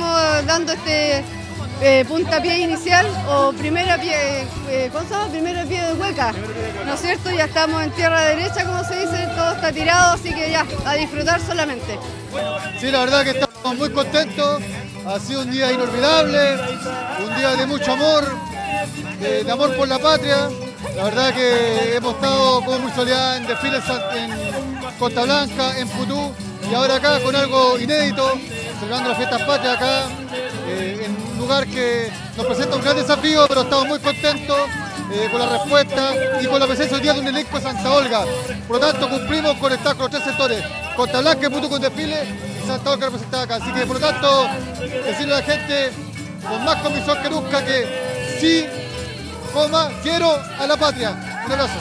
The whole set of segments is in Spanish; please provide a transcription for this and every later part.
estamos dando este puntapié inicial o primera pie, ¿cómo se llama? Primera pie de hueca, ¿no es cierto? Ya estamos en tierra derecha, como se dice, todo está tirado, así que ya, a disfrutar solamente. Sí, la verdad que estamos muy contentos, ha sido un día inolvidable, un día de mucho amor, de amor por la patria. La verdad que hemos estado como muy solidaridad en desfiles en Costa Blanca, en Putú, y ahora acá con algo inédito, celebrando las fiestas patrias acá, en un lugar que nos presenta un gran desafío, pero estamos muy contentos con la respuesta y con la presencia hoy día de un elenco de Santa Olga. Por lo tanto, cumplimos con estar con los tres sectores, Costa Blanca, Putú con desfile y Santa Olga representada acá. Así que, por lo tanto, decirle a la gente con más convicción que nunca que sí, quiero a la patria. Un abrazo.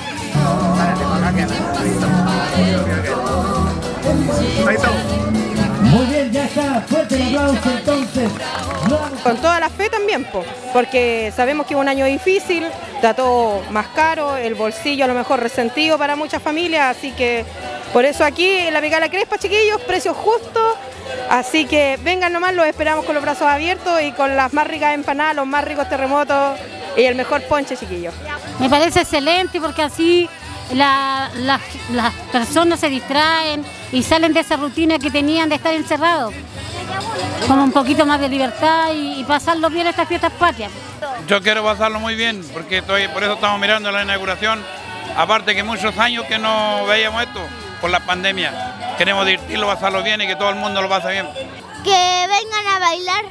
Ahí estamos. Muy bien, ya está, fuerte el aplauso entonces. Con toda la fe también, porque sabemos que es un año difícil, está todo más caro, el bolsillo a lo mejor resentido para muchas familias, así que por eso aquí en la Picada Crespa, chiquillos, precios justos, así que vengan nomás, los esperamos con los brazos abiertos y con las más ricas empanadas, los más ricos terremotos y el mejor ponche, chiquillos. Me parece excelente porque así las personas se distraen y salen de esa rutina que tenían de estar encerrados, con un poquito más de libertad y pasarlo bien estas fiestas patrias. Yo quiero pasarlo muy bien, porque por eso estamos mirando la inauguración, aparte que muchos años que no veíamos esto, por la pandemia. Queremos divertirlo, pasarlo bien y que todo el mundo lo pase bien. Que vengan a bailar,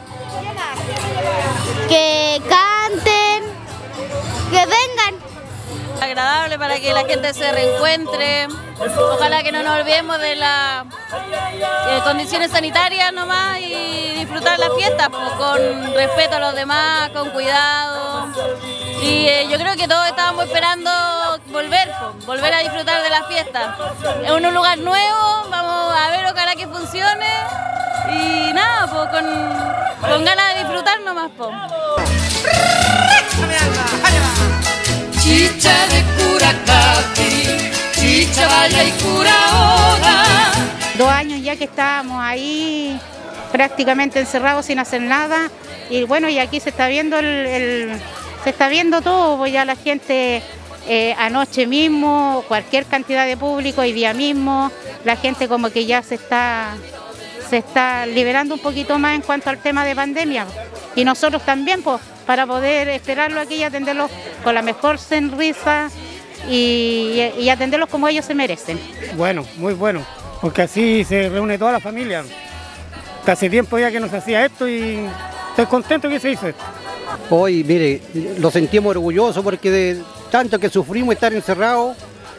que canten, que vengan. Agradable para que la gente se reencuentre, ojalá que no nos olvidemos de las condiciones sanitarias nomás y disfrutar la fiesta pues, con respeto a los demás, con cuidado y yo creo que todos estábamos esperando volver a disfrutar de la fiesta. Es un lugar nuevo, vamos a ver, ojalá que funcione y nada, pues, con ganas de disfrutar nomás. Chicha de Curacati, chicha vaya y Curahoga. 2 años ya que estábamos ahí prácticamente encerrados sin hacer nada y bueno, y aquí se está viendo se está viendo todo, pues ya la gente anoche mismo, cualquier cantidad de público, hoy día mismo, la gente como que ya se está liberando un poquito más en cuanto al tema de pandemia y nosotros también pues para poder esperarlo aquí y atenderlos con la mejor sonrisa y atenderlos como ellos se merecen. Bueno, muy bueno, porque así se reúne toda la familia. Hace tiempo ya que no se hacía esto y estoy contento que se hizo esto. Hoy, mire, lo sentimos orgulloso porque de tanto que sufrimos estar encerrados,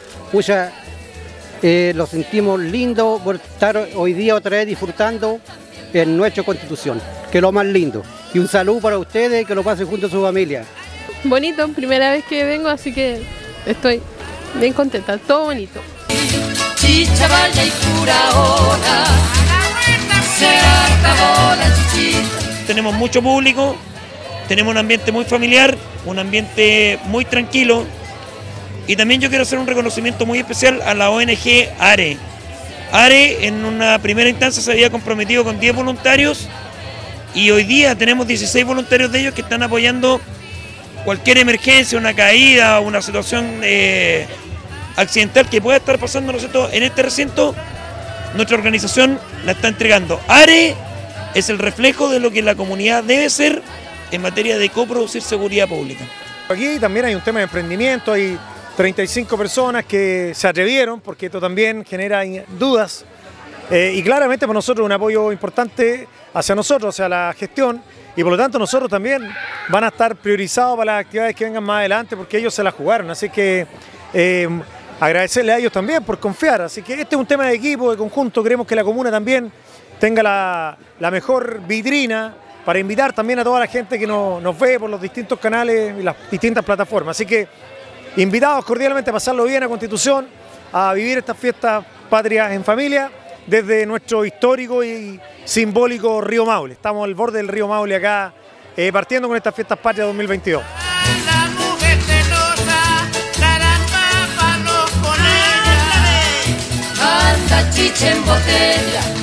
lo sentimos lindo por estar hoy día otra vez disfrutando en nuestra Constitución, que es lo más lindo. Y un saludo para ustedes, que lo pasen junto a su familia. Bonito, primera vez que vengo, así que estoy bien contenta, todo bonito. Chicha, vaya y Curahoga, se acabó la chichita. Tenemos mucho público, tenemos un ambiente muy familiar, un ambiente muy tranquilo. Y también yo quiero hacer un reconocimiento muy especial a la ONG ARE. ARE en una primera instancia se había comprometido con 10 voluntarios y hoy día tenemos 16 voluntarios de ellos que están apoyando cualquier emergencia, una caída, una situación accidental que pueda estar pasando nosotros en este recinto. Nuestra organización la está entregando. ARE es el reflejo de lo que la comunidad debe ser en materia de coproducir seguridad pública. Aquí también hay un tema de emprendimiento, hay 35 personas que se atrevieron, porque esto también genera dudas y claramente para nosotros un apoyo importante hacia nosotros, hacia la gestión, y por lo tanto nosotros también van a estar priorizados para las actividades que vengan más adelante porque ellos se la jugaron, así que agradecerle a ellos también por confiar, así que este es un tema de equipo, de conjunto, queremos que la comuna también tenga la mejor vitrina para invitar también a toda la gente que nos ve por los distintos canales y las distintas plataformas, así que invitados cordialmente a pasarlo bien a Constitución, a vivir estas fiestas patrias en familia desde nuestro histórico y simbólico Río Maule. Estamos al borde del Río Maule acá, partiendo con estas fiestas patrias 2022. La mujer celosa, darán papas con ella. Anda chicha en botella.